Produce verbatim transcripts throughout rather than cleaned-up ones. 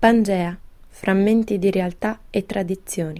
Pangea, frammenti di realtà e tradizioni.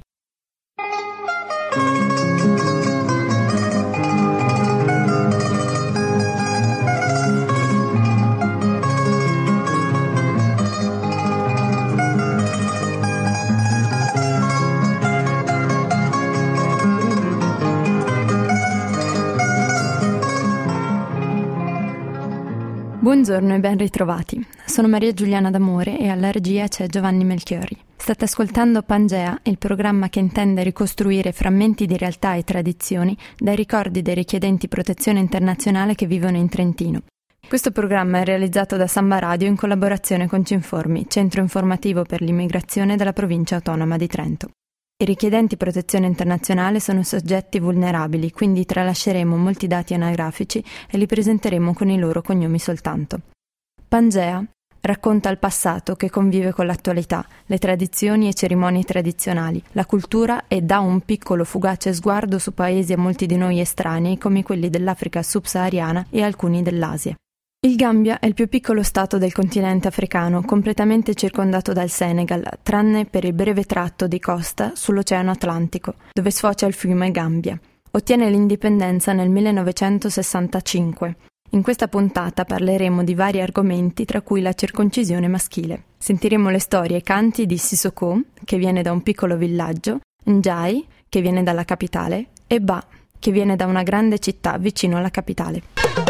Buongiorno e ben ritrovati. Sono Maria Giuliana D'Amore e alla regia c'è Giovanni Melchiori. State ascoltando Pangea, il programma che intende ricostruire frammenti di realtà e tradizioni dai ricordi dei richiedenti protezione internazionale che vivono in Trentino. Questo programma è realizzato da Samba Radio in collaborazione con Cinformi, centro informativo per l'immigrazione della provincia autonoma di Trento. I richiedenti protezione internazionale sono soggetti vulnerabili, quindi tralasceremo molti dati anagrafici e li presenteremo con i loro cognomi soltanto. Pangea racconta il passato che convive con l'attualità, le tradizioni e cerimonie tradizionali, la cultura e dà un piccolo fugace sguardo su paesi a molti di noi estranei come quelli dell'Africa subsahariana e alcuni dell'Asia. Il Gambia è il più piccolo stato del continente africano, completamente circondato dal Senegal, tranne per il breve tratto di costa sull'Oceano Atlantico, dove sfocia il fiume Gambia. Ottiene l'indipendenza nel millenovecentosessantacinque. In questa puntata parleremo di vari argomenti, tra cui la circoncisione maschile. Sentiremo le storie e canti di Sissoko, che viene da un piccolo villaggio, Njai, che viene dalla capitale, e Ba, che viene da una grande città vicino alla capitale.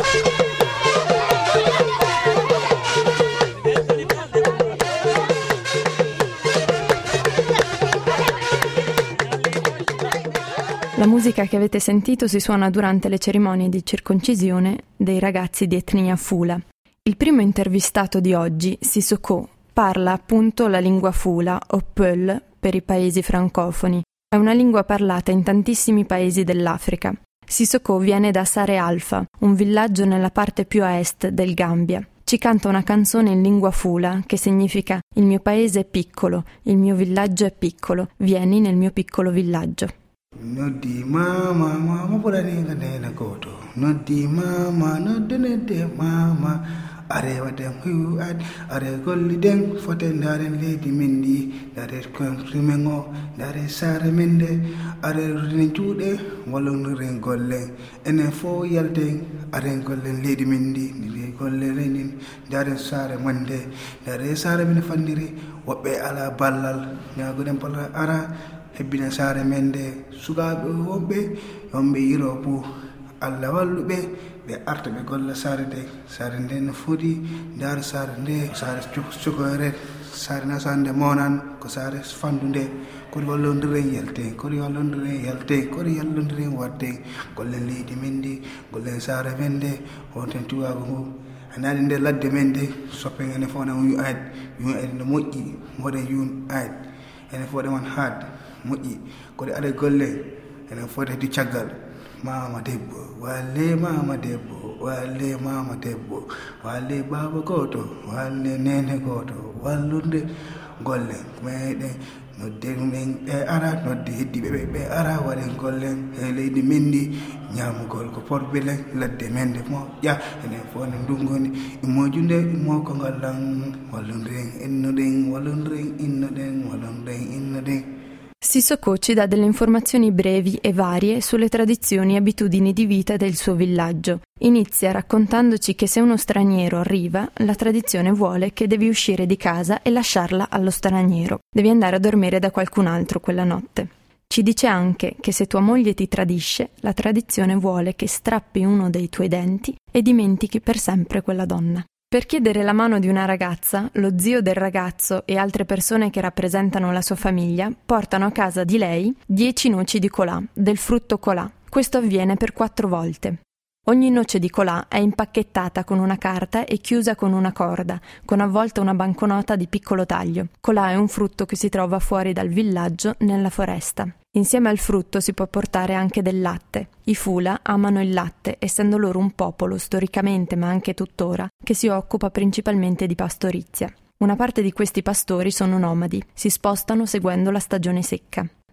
La musica che avete sentito si suona durante le cerimonie di circoncisione dei ragazzi di etnia Fula. Il primo intervistato di oggi, Sissoko, parla appunto la lingua Fula o Peul per i paesi francofoni. È una lingua parlata in tantissimi paesi dell'Africa. Sissoko viene da Sare Alfa, un villaggio nella parte più a est del Gambia. Ci canta una canzone in lingua Fula che significa «Il mio paese è piccolo, il mio villaggio è piccolo, vieni nel mio piccolo villaggio». Noddi mama mama burani ganena goto noddi mama noddenede mama arewa dem hu ad are golli den foten daren leydi mendi dare kon rimengo dare sare mende are rudine juude wallondiren golle enen fo yalde are gollen leydi mendi ni golle renin dare sare mande dare sare men fandiri wobbe ala ballal nyagoden pala ara hebbina saare men nde sukaaɓe wonɓe yonɓe yiro bo allah walluɓe ɓe arta ɓe golla saare nde saare nde no foti ndaara saare nde saare cokoyre saare nasande monan ko saare fandu nde kodi wallodiren yalten kodi wallodiren yalten kodi yallodiren wadden gollen leydi men ndi gollen saare men nde wonten tuwago ngu anaɗi nde ladde men nde soppen ene fona yu ayt yu ayt no moƴƴi moɗen yun ayt ene fo ɗeman haad moƴƴi koɗe aɗa golle enen foti di caggal mama debbo walle mama debbo walle mama debbo walle baba goto walle nene goto wallunde golle meɗen nodde ɗumen ɓe ara nodde heddiɓe ɓe ɓe ara waɗen gollen e leydi men ndi ñamugol ko porbilen ladde men nde moƴƴa enen fof ne ndungoni immojunde immo ko ngallan wallundiren innoɗen wallundiren innoɗen wallundiren innoɗen. Sissoko ci dà delle informazioni brevi e varie sulle tradizioni e abitudini di vita del suo villaggio. Inizia raccontandoci che se uno straniero arriva, la tradizione vuole che devi uscire di casa e lasciarla allo straniero. Devi andare a dormire da qualcun altro quella notte. Ci dice anche che se tua moglie ti tradisce, la tradizione vuole che strappi uno dei tuoi denti e dimentichi per sempre quella donna. Per chiedere la mano di una ragazza, lo zio del ragazzo e altre persone che rappresentano la sua famiglia portano a casa di lei dieci noci di colà, del frutto colà. Questo avviene per quattro volte. Ogni noce di colà è impacchettata con una carta e chiusa con una corda, con avvolta una banconota di piccolo taglio. Colà è un frutto che si trova fuori dal villaggio, nella foresta. Insieme al frutto si può portare anche del latte. I Fula amano il latte, essendo loro un popolo, storicamente ma anche tuttora, che si occupa principalmente di pastorizia. Una parte di questi pastori sono nomadi, si spostano seguendo la stagione secca.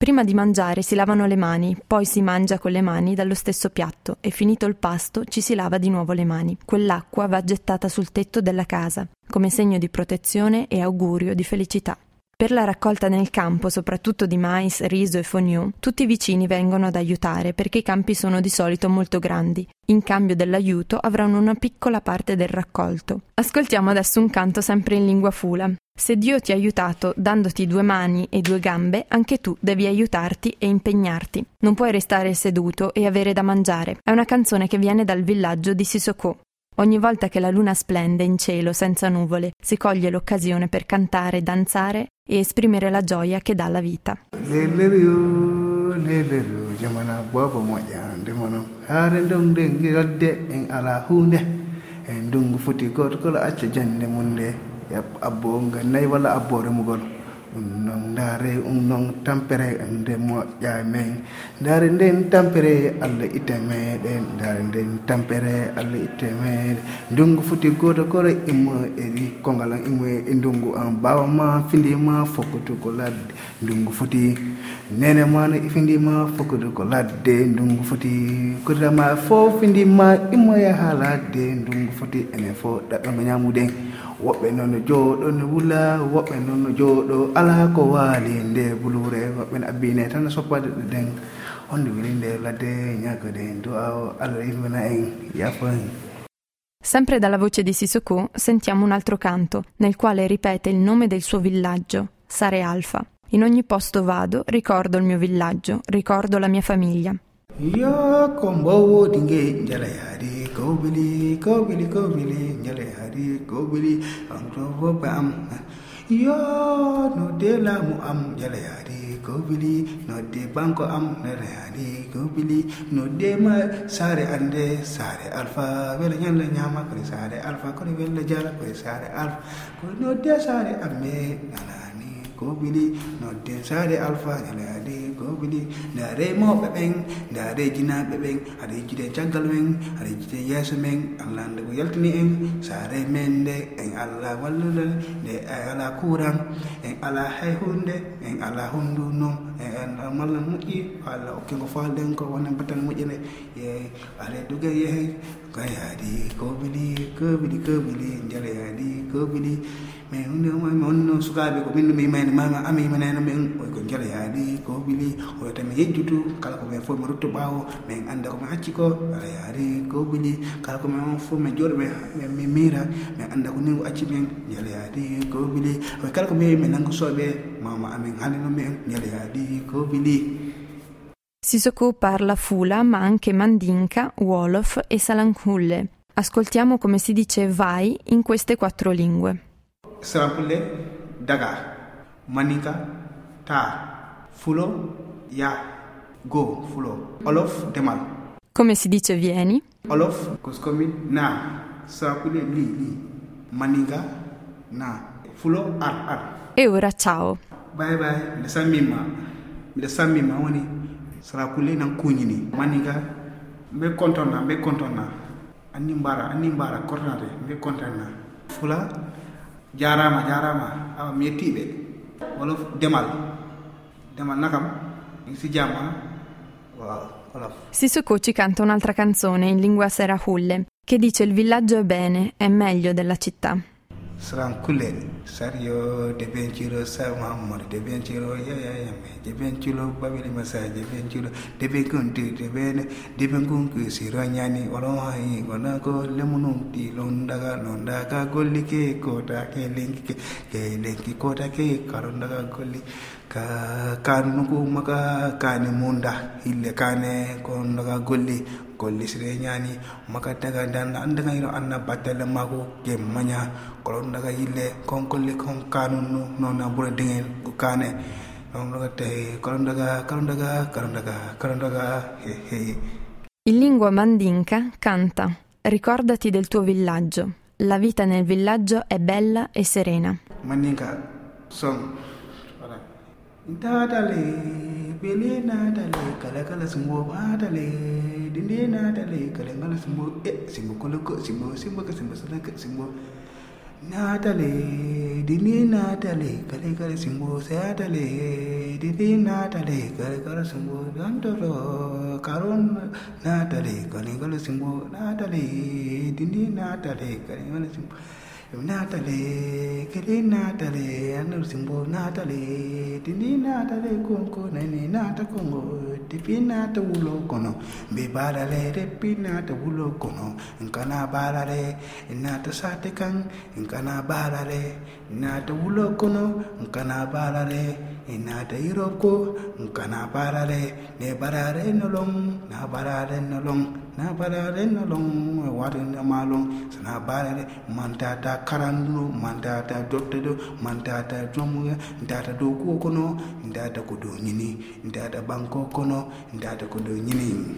Prima di mangiare si lavano le mani, poi si mangia con le mani dallo stesso piatto e finito il pasto ci si lava di nuovo le mani. Quell'acqua va gettata sul tetto della casa, come segno di protezione e augurio di felicità. Per la raccolta nel campo, soprattutto di mais, riso e fonio, tutti i vicini vengono ad aiutare perché i campi sono di solito molto grandi. In cambio dell'aiuto avranno una piccola parte del raccolto. Ascoltiamo adesso un canto sempre in lingua fula. Se Dio ti ha aiutato dandoti due mani e due gambe, anche tu devi aiutarti e impegnarti. Non puoi restare seduto e avere da mangiare. È una canzone che viene dal villaggio di Sissoko. Ogni volta che la luna splende in cielo senza nuvole, si coglie l'occasione per cantare, danzare e esprimere la gioia che dà la vita. Unong dare unong tampere ande mo ya men dare den tampere alle iteme den dare den tampere alle iteme dungu futi goto kore imo eri kongala imo ndungu an bawa ma findi ma fokutu ko ladde dungu futi nene ma findi ma fokutu ko ladde dungu futi ko ma fo findi ma imo ya halade dungu futi ene fo dabbe ma nyamude woɓɓe noon jooɗo no wula woɓɓe noon jooɗo ala ko waali nde bulure woɓɓe no abbine tan soppade ɗo den honde wili nde ladde ñagade du'a Allah yimina en yafa en. Sempre dalla voce di Sissoko sentiamo un altro canto nel quale ripete il nome del suo villaggio, Sare Alfa. In ogni posto vado, ricordo il mio villaggio, ricordo la mia famiglia. Yo kombo dinge njala yari kobili kobili kobili njala yari kobili amro bam yo no de la mu am njala yari kobili no de banko am njala yari kobili no de ma sare ande sare alfa wala nyalla nyama ko sare alfa ko wala jala ko sare alfa ko no de sare amme nalani kobili no de sare alfa njala yari kobili dare mo beben dare jina beben ade jide jangal men ade jide yeso men Allah nde ko yaltini en sare mende en Allah wallude de ala kuran en ala hay hunde en ala hundu non en malla muji Allah o kengo falden ko wonen batal mujine ye ale duge ye kayadi kobili kobili kobili njale yadi kobili mais hunde mo onno sukabe ko bindu mi mayne mama ami manena men ko njale yadi kobili o tami yejjutu kala ko men fo mo rutto bawo men anda ko ma hacci ko ala yari kobili kala ko men fo men jodo men mi mira men anda ko ningo acci men njale yadi kobili o kala ko men men nango sobe mama amen halino men njale yadi kobili. Sissoko parla Fula ma anche Mandinka, Wolof e Salankulle. Ascoltiamo come si dice vai in queste quattro lingue. Salankulle, Daga, Mandinka, Ta, Fulo, Ya, Go, Fulo, Wolof, Demal. Come si dice vieni? Wolof, Koskomi, Na, Salankulle, Li, Li, Mandinka, Na, Fulo, Ar, Ar. E ora ciao. Bye bye, mi sa mimma, mi sa mimma woni. Sarakuli nan kuñini maniga mbe kontona mbe kontona anni mbara anni mbara kornade mbe kontona fula jarama jarama awa mietibe wala demal demal nakam si jama wow wala. Sissoko ci canta un'altra canzone in lingua Serahulle che dice il villaggio è bene, è meglio della città. Sarankulle sario de benciro sa Muhammad de benciro ya ya ya me de benciro babili masa de benciro de benkunti de ben de benkunku siranyani olohai gona ko lemunum ti londaga londaga golli ke kota ke linki ke linki kota ke karondaga golli ka kanu ko maka kane munda ille kane ko ndaga golli golli sire nyani maka daga dan andanga ino anna batale mako ke manya ko ndaga ille kon golli kon kanu no nona bure dingen ko kane non ndaga te ko ndaga ko ndaga ko ndaga ko ndaga he he. In lingua mandinka canta ricordati del tuo villaggio, la vita nel villaggio è bella e serena. Mandinka song dadale bele na dale kala kala simbo badale dinde na dale kala kala simbo e simbo kolo ko simbo simbo ka simbo sala ka simbo Natale, dini Natale, kare kare simbo Natale, dini Natale, kare kare simbo Dandoro, karon Natale, kare kare simbo Natale, dini Natale, kare kare simbo Natale, kare Natale, anu simbo Natale, dini Natale, konko nani nata kongo, dipi nata wulo kono, be balale, dipi nata wulo kono, nkana balale, nata sate kang, nkana balale, nata wulo kono, nkana balale, nata iroko, nkana balale, ne balale nolong, na balale nolong, na balale nolong, warin malong, sana balale, mantata karandu, mantata doktedo, mantata jomuya, ndata do kono, ndata kodo nyini, ndata banko kono, ndata kodo nyini.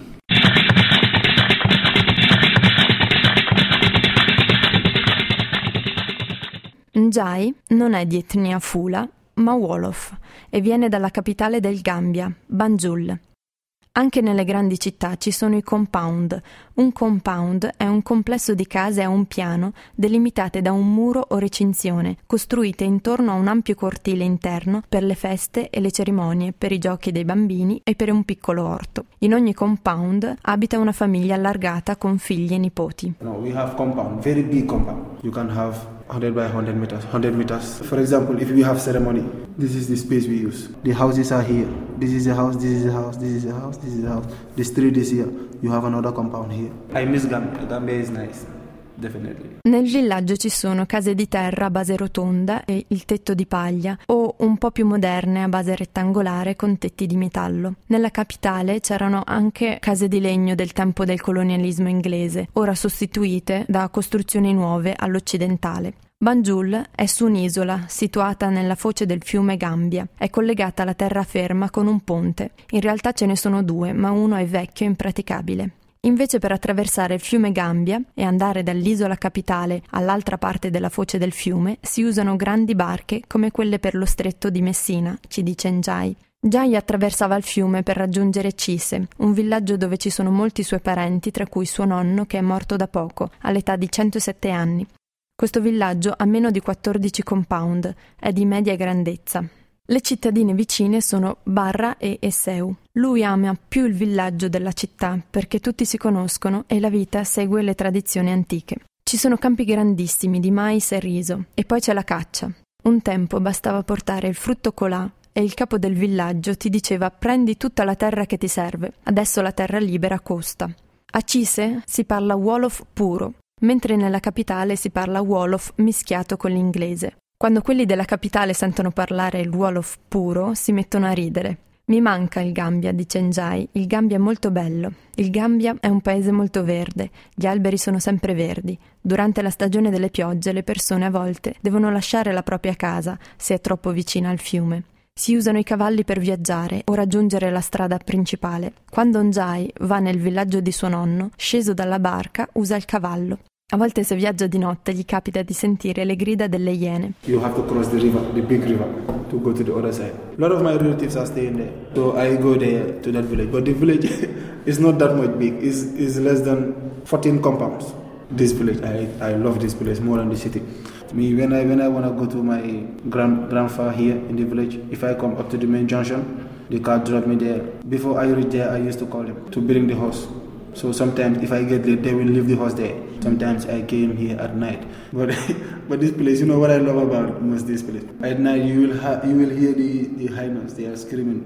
Njai non è di etnia Fula, ma Wolof, e viene dalla capitale del Gambia, Banjul. Anche nelle grandi città ci sono i compound. Un compound è un complesso di case a un piano delimitate da un muro o recinzione, costruite intorno a un ampio cortile interno per le feste e le cerimonie, per i giochi dei bambini e per un piccolo orto. In ogni compound abita una famiglia allargata con figli e nipoti. No, we have compound, very big compound. You can have one hundred by one hundred meters, one hundred meters. For example, if we have ceremony, this is the space we use. The houses are here. This is a house, this is a house, this is a house, this is a house. The street is here. You have another compound here. I miss Gambia. Gambia is nice. Definitely. Nel villaggio ci sono case di terra a base rotonda e il tetto di paglia, o un po' più moderne a base rettangolare con tetti di metallo. Nella capitale c'erano anche case di legno del tempo del colonialismo inglese, ora sostituite da costruzioni nuove all'occidentale. Banjul è su un'isola situata nella foce del fiume Gambia. È collegata alla terraferma con un ponte. In realtà ce ne sono due, ma uno è vecchio e impraticabile. Invece, per attraversare il fiume Gambia e andare dall'isola capitale all'altra parte della foce del fiume si usano grandi barche come quelle per lo stretto di Messina, ci dice Njai. Njai attraversava il fiume per raggiungere Cise, un villaggio dove ci sono molti suoi parenti, tra cui suo nonno che è morto da poco, all'età di centosette anni. Questo villaggio ha meno di quattordici compound, è di media grandezza. Le cittadine vicine sono Barra e Esseu. Lui ama più il villaggio della città perché tutti si conoscono e la vita segue le tradizioni antiche. Ci sono campi grandissimi di mais e riso e poi c'è la caccia. Un tempo bastava portare il frutto colà e il capo del villaggio ti diceva prendi tutta la terra che ti serve, adesso la terra libera costa. A Cise si parla Wolof puro, mentre nella capitale si parla Wolof mischiato con l'inglese. Quando quelli della capitale sentono parlare il Wolof puro, si mettono a ridere. Mi manca il Gambia, dice Njai. Il Gambia è molto bello. Il Gambia è un paese molto verde. Gli alberi sono sempre verdi. Durante la stagione delle piogge le persone a volte devono lasciare la propria casa se è troppo vicina al fiume. Si usano i cavalli per viaggiare o raggiungere la strada principale. Quando Njai va nel villaggio di suo nonno, sceso dalla barca, usa il cavallo. A volte se viaggia di notte gli capita di sentire le grida delle iene. You have to cross the river, the big river, to go to the other side. A lot of my relatives are staying there, so I go there to that village. But the village is not that much big. It's, it's less than fourteen compounds. This village, I, I love this village more than the city. Me, when I when I want to go to my grand grandfather here in the village, if I come up to the main junction, the car drop me there. Before I reach there, I used to call him to bring the horse. So sometimes if I get late, they will leave the horse there. Sometimes I came here at night. But but this place, you know what I love about most this place? At night you will ha- you will hear the, the hyenas, they are screaming.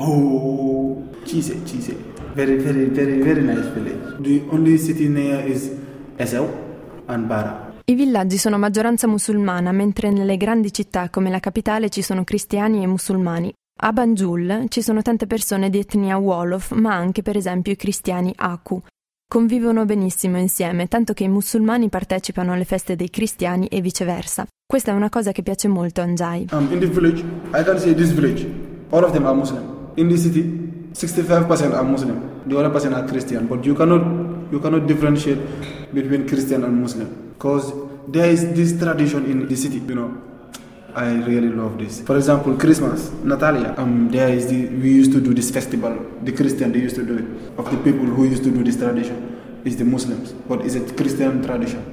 Oh, Chise, Chise. Very, very, very, very nice village. The only city near is Esseu and Bara. I villaggi sono maggioranza musulmana, mentre nelle grandi città come la capitale ci sono cristiani e musulmani. A Banjul ci sono tante persone di etnia Wolof, ma anche per esempio i cristiani Aku. Convivono benissimo insieme, tanto che i musulmani partecipano alle feste dei cristiani e viceversa. Questa è una cosa che piace molto a Njai. Um, in the village, I can say this village, all of them are Muslim. In the city, sixty-five percent are Muslim, the other percent are Christian. But you cannot, you cannot differentiate between Christian and Muslim, because there is this tradition in the city, you know. I really love this. For example, Christmas, Natalia. Um, there is the we used to do this festival. The Christian they used to do it. Of the people who used to do this tradition is the Muslims, but it's a Christian tradition.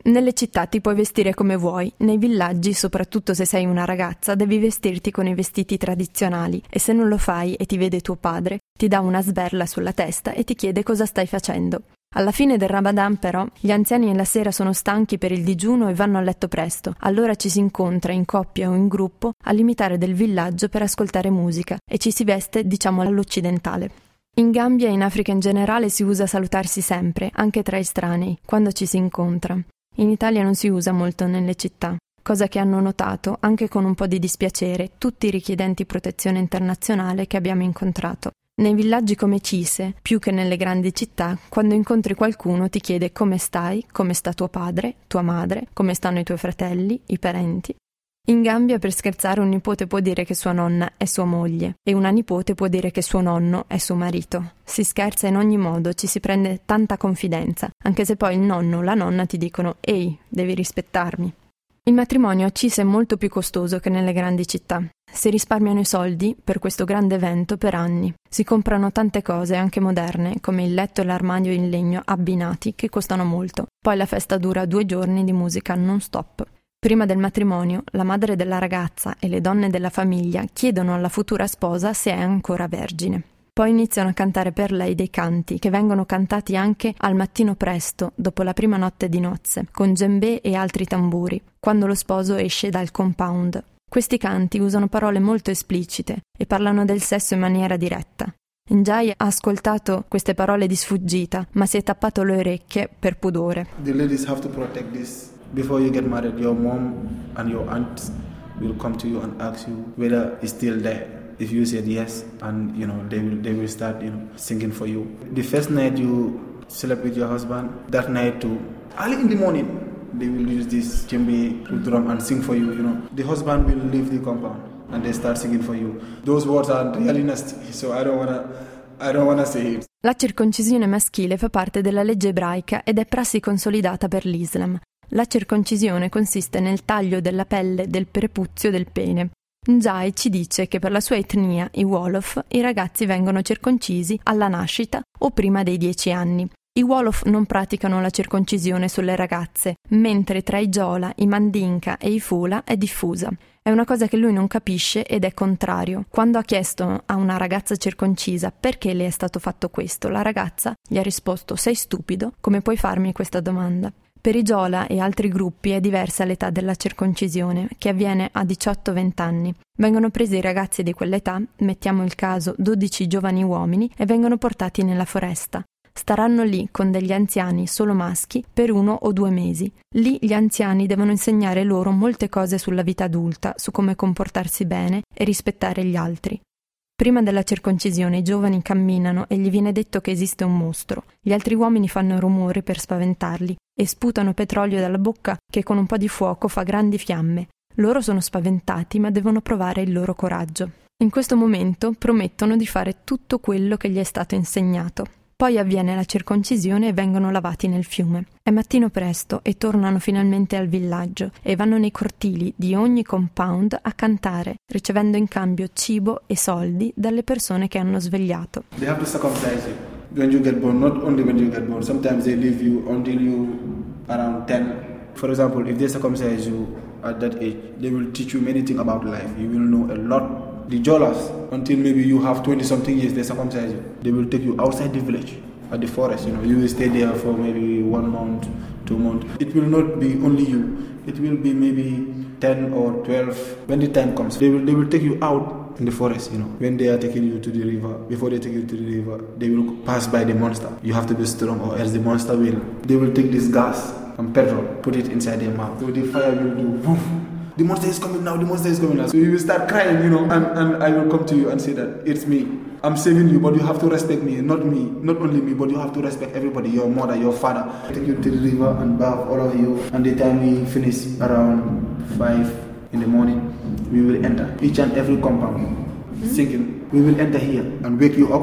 Nelle città ti puoi vestire come vuoi, nei villaggi, soprattutto se sei una ragazza, devi vestirti con i vestiti tradizionali e se non lo fai e ti vede tuo padre, ti dà una sberla sulla testa e ti chiede cosa stai facendo. Alla fine del Ramadan però, gli anziani la sera sono stanchi per il digiuno e vanno a letto presto, allora ci si incontra in coppia o in gruppo al limitare del villaggio per ascoltare musica e ci si veste, diciamo, all'occidentale. In Gambia e in Africa in generale si usa salutarsi sempre, anche tra estranei, quando ci si incontra. In Italia non si usa molto nelle città, cosa che hanno notato, anche con un po' di dispiacere, tutti i richiedenti protezione internazionale che abbiamo incontrato. Nei villaggi come Cise, più che nelle grandi città, quando incontri qualcuno ti chiede come stai, come sta tuo padre, tua madre, come stanno i tuoi fratelli, i parenti. In Gambia, per scherzare, un nipote può dire che sua nonna è sua moglie e una nipote può dire che suo nonno è suo marito. Si scherza in ogni modo, ci si prende tanta confidenza, anche se poi il nonno o la nonna ti dicono «Ehi, devi rispettarmi». Il matrimonio a Cise è molto più costoso che nelle grandi città. Si risparmiano i soldi per questo grande evento per anni. Si comprano tante cose, anche moderne, come il letto e l'armadio in legno abbinati, che costano molto. Poi la festa dura due giorni di musica non stop. Prima del matrimonio, la madre della ragazza e le donne della famiglia chiedono alla futura sposa se è ancora vergine. Poi iniziano a cantare per lei dei canti che vengono cantati anche al mattino presto, dopo la prima notte di nozze, con djembé e altri tamburi, quando lo sposo esce dal compound. Questi canti usano parole molto esplicite e parlano del sesso in maniera diretta. Njai ha ascoltato queste parole di sfuggita, ma si è tappato le orecchie per pudore. The ladies have to protect this. Before you get married, your mom and your aunts will come to you and ask you whether it's still there. If you said yes, and you know they will they will start you know singing for you. The first night you slept with your husband, that night too, early in the morning, they will use this djembe drum and sing for you. You know, the husband will leave the compound and they start singing for you. Those words are really nasty, so I don't wanna I don't wanna say it. La circoncisione maschile fa parte della legge ebraica ed è prassi consolidata per l'Islam. La circoncisione consiste nel taglio della pelle del prepuzio del pene. Njai ci dice che per la sua etnia, i Wolof, i ragazzi vengono circoncisi alla nascita o prima dei dieci anni. I Wolof non praticano la circoncisione sulle ragazze, mentre tra i Jola, i Mandinka e i Fula è diffusa. È una cosa che lui non capisce ed è contrario. Quando ha chiesto a una ragazza circoncisa perché le è stato fatto questo, la ragazza gli ha risposto: «Sei stupido, come puoi farmi questa domanda?» Per i Jola e altri gruppi è diversa l'età della circoncisione, che avviene a diciotto venti anni. Vengono presi i ragazzi di quell'età, mettiamo il caso dodici giovani uomini, e vengono portati nella foresta. Staranno lì con degli anziani solo maschi per uno o due mesi. Lì gli anziani devono insegnare loro molte cose sulla vita adulta, su come comportarsi bene e rispettare gli altri. Prima della circoncisione i giovani camminano e gli viene detto che esiste un mostro. Gli altri uomini fanno rumori per spaventarli e sputano petrolio dalla bocca che con un po' di fuoco fa grandi fiamme. Loro sono spaventati ma devono provare il loro coraggio. In questo momento promettono di fare tutto quello che gli è stato insegnato. Poi avviene la circoncisione e vengono lavati nel fiume. È mattino presto e tornano finalmente al villaggio e vanno nei cortili di ogni compound a cantare, ricevendo in cambio cibo e soldi dalle persone che hanno svegliato. They have to circumcise you when you get born, not only when you get born. Sometimes they leave you until you around ten. For example, if they circumcise you at that age, they will teach you many things about life. You will know a lot. The Jolas, until maybe you have twenty something years, they circumcise you. They will take you outside the village, at the forest, you know. You will stay there for maybe one month, two months. It will not be only you. It will be maybe ten or twelve. When the time comes, they will, they will take you out in the forest, you know. When they are taking you to the river, before they take you to the river, they will pass by the monster. You have to be strong or else the monster will. They will take this gas and petrol, put it inside their mouth. So the fire will do woof. The monster is coming now, the monster is coming now. So you will start crying, you know, and, and I will come to you and say that it's me. I'm saving you, but you have to respect me, not me, not only me, but you have to respect everybody, your mother, your father. I take you to the river and bath all of you, and the time we finish around five in the morning, we will enter each and every compound, mm-hmm. singing. We will enter here and wake you up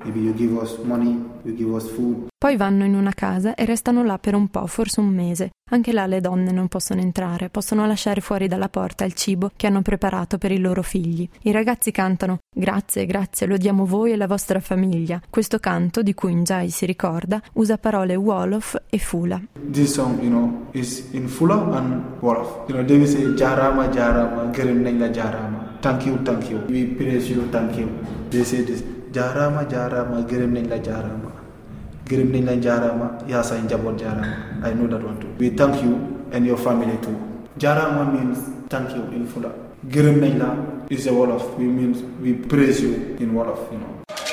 Maybe you give us money, you give us food. Poi vanno in una casa e restano là per un po', forse un mese. Anche là le donne non possono entrare, possono lasciare fuori dalla porta il cibo che hanno preparato per i loro figli. I ragazzi cantano «Grazie, grazie, lo diamo voi e la vostra famiglia». Questo canto, di cui Njai si ricorda, usa parole Wolof e Fula. This song, you know, is in Fula and Wolof. You know, they will say Jarama, Jarama, Gerem Nenga Jarama. Thank you, thank you. We praise you, thank you. They say this Jarama, Jarama, Gerem Nenga Jarama. Gerem Nenga Jarama, Yasa in Jabot Jarama. I know that one too. We thank you and your family too. Jarama means thank you in Fula. Gerem Nenga is a Wolof. We means we praise you in Wolof, you know.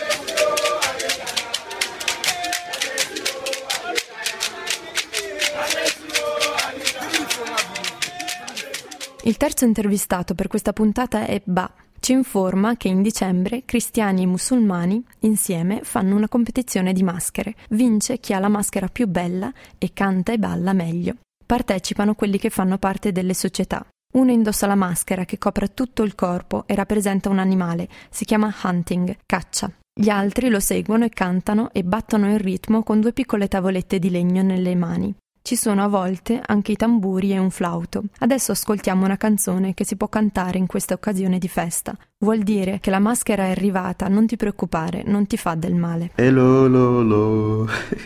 Il terzo intervistato per questa puntata è Ba. Ci informa che in dicembre cristiani e musulmani insieme fanno una competizione di maschere. Vince chi ha la maschera più bella e canta e balla meglio. Partecipano quelli che fanno parte delle società. Uno indossa la maschera che copre tutto il corpo e rappresenta un animale. Si chiama hunting, caccia. Gli altri lo seguono e cantano e battono il ritmo con due piccole tavolette di legno nelle mani. Ci sono a volte anche i tamburi e un flauto. Adesso ascoltiamo una canzone che si può cantare in questa occasione di festa. Vuol dire che la maschera è arrivata, non ti preoccupare, non ti fa del male. Elo lo lo,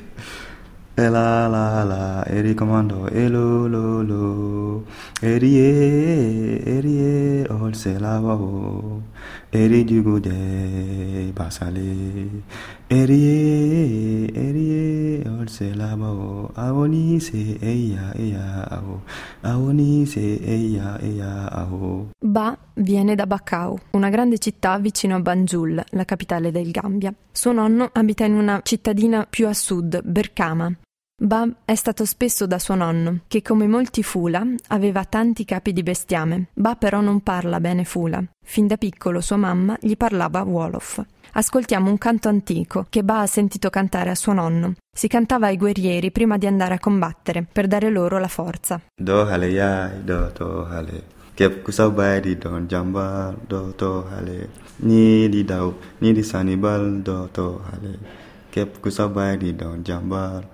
e la la la, e ricomando, elo lo lo, e rie, e rie, olse la wao, e rigiugude basale, e rie, e rie, olse la wao, aoni se eia eia ao, aoni se eia eia ao. Ba viene da Bakau, una grande città vicino a Banjul, la capitale del Gambia. Suo nonno abita in una cittadina più a sud, Berkama. Ba è stato spesso da suo nonno, che come molti Fula aveva tanti capi di bestiame. Ba però non parla bene Fula. Fin da piccolo sua mamma gli parlava Wolof. Ascoltiamo un canto antico che Ba ha sentito cantare a suo nonno. Si cantava ai guerrieri prima di andare a combattere, per dare loro la forza. Do hale yai, do to hale, kep kusabai di don jamba, do to hale, ni di dau, ni di sanibal, do to hale, kep kusabai di don jamba.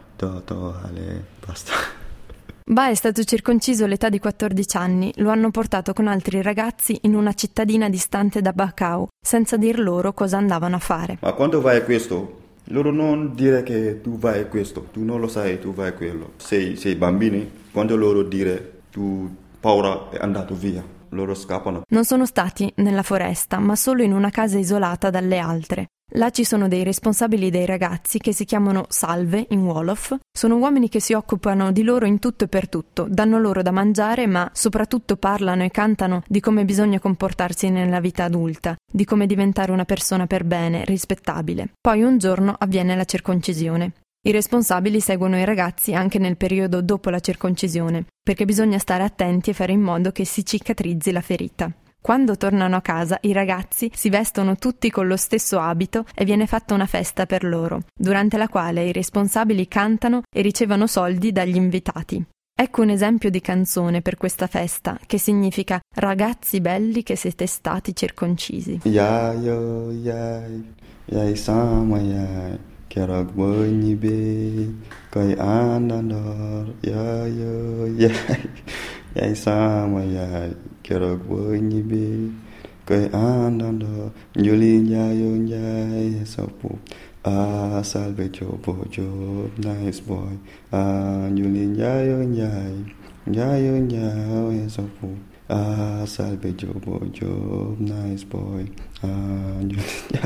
Basta. Ba è stato circonciso all'età di quattordici anni, lo hanno portato con altri ragazzi in una cittadina distante da Bakau, senza dir loro cosa andavano a fare. Ma quando vai questo, loro non dire che tu vai questo, tu non lo sai, tu vai quello. Sei, sei bambini, quando loro dire tu paura è andato via, loro scappano. Non sono stati nella foresta, ma solo in una casa isolata dalle altre. Là ci sono dei responsabili dei ragazzi che si chiamano Salve in Wolof. Sono uomini che si occupano di loro in tutto e per tutto, danno loro da mangiare, ma soprattutto parlano e cantano di come bisogna comportarsi nella vita adulta, di come diventare una persona per bene, rispettabile. Poi un giorno avviene la circoncisione. I responsabili seguono i ragazzi anche nel periodo dopo la circoncisione, perché bisogna stare attenti e fare in modo che si cicatrizzi la ferita. Quando tornano a casa, i ragazzi si vestono tutti con lo stesso abito e viene fatta una festa per loro, durante la quale i responsabili cantano e ricevono soldi dagli invitati. Ecco un esempio di canzone per questa festa, che significa ragazzi belli che siete stati circoncisi. Ya yo yai, yai sama yai, kerag bunyi be, koi andandor, ya yo yai, yai sama yai, kerag bunyi be, koi andandor, juli yayo yai sapu. Ah, salve jobo job, nice boy. Ah, juli yayo yai, yayo yayo sapu. Ah, salve jobo job, nice boy. Ah, juli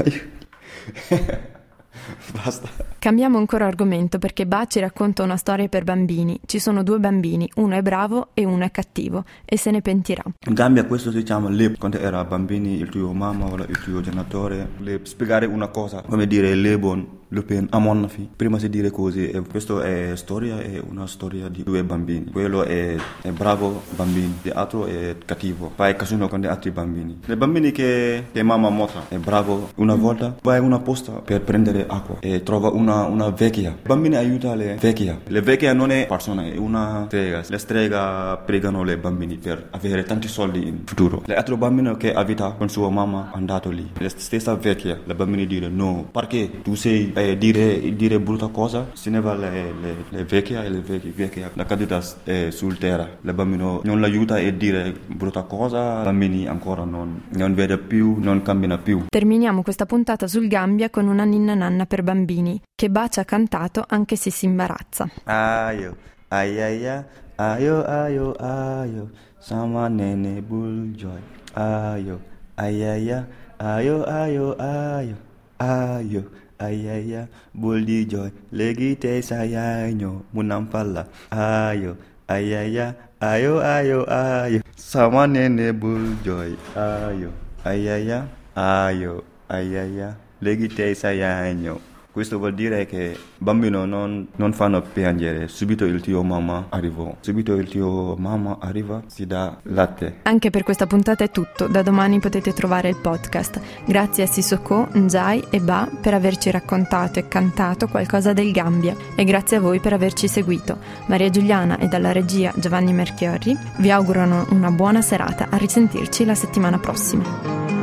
yayo. Basta. Cambiamo ancora argomento perché Ba ci racconta una storia per bambini. Ci sono due bambini, uno è bravo e uno è cattivo e se ne pentirà. In Gambia questo si chiama lip. Quando era bambini il tuo mamma o il tuo genitore le spiegare una cosa, come dire lebon Le Pen amoon na fi. Prima si dire così, e questa è storia, è una storia di due bambini. Quello è, è bravo bambino, l'altro è cattivo. Fa il casino con gli altri bambini. I bambini che, che mamma morta è bravo, una volta va in una posta per prendere acqua e trova una, una vecchia. I bambini aiutano le vecchie. Le vecchie non è persona, è una strega. Le strega pregano le bambini per avere tanti soldi in futuro. L'altro bambino che abita con sua mamma è andato lì. La stessa vecchia, le bambini dire no, perché tu sei eh, dire, dire brutta cosa? Se ne va le, le, le vecchie e le vecchie, vecchie la caduta eh, sul terra. Le bambino non l'aiuta e dire brutta cosa, i bambini ancora non, non vede più, non cammina più. Terminiamo questa puntata sul Gambia con una ninna nanna per bambini che Bacia ha cantato anche se si imbarazza. Ayo, ayaya, ayo, ayo, ayo, sama nene buljoy. Ayo, ayaya, ayo, ayo, ayo, ayo, ayaya, buldi joy. Legi te sayanyo, munampala. Ayo, ayaya, ayo, ayo, ayo, sama nene buljoy. Ayo, ayaya, ayo, ayaya, legi te sayanyo. Questo vuol dire che i bambini non, non fanno piangere, subito il tuo mamma arriva, subito il tuo mamma arriva, si dà latte. Anche per questa puntata è tutto, da domani potete trovare il podcast. Grazie a Sissoko, Njai e Ba per averci raccontato e cantato qualcosa del Gambia e grazie a voi per averci seguito. Maria Giuliana e dalla regia Giovanni Melchiorri vi augurano una buona serata, a risentirci la settimana prossima.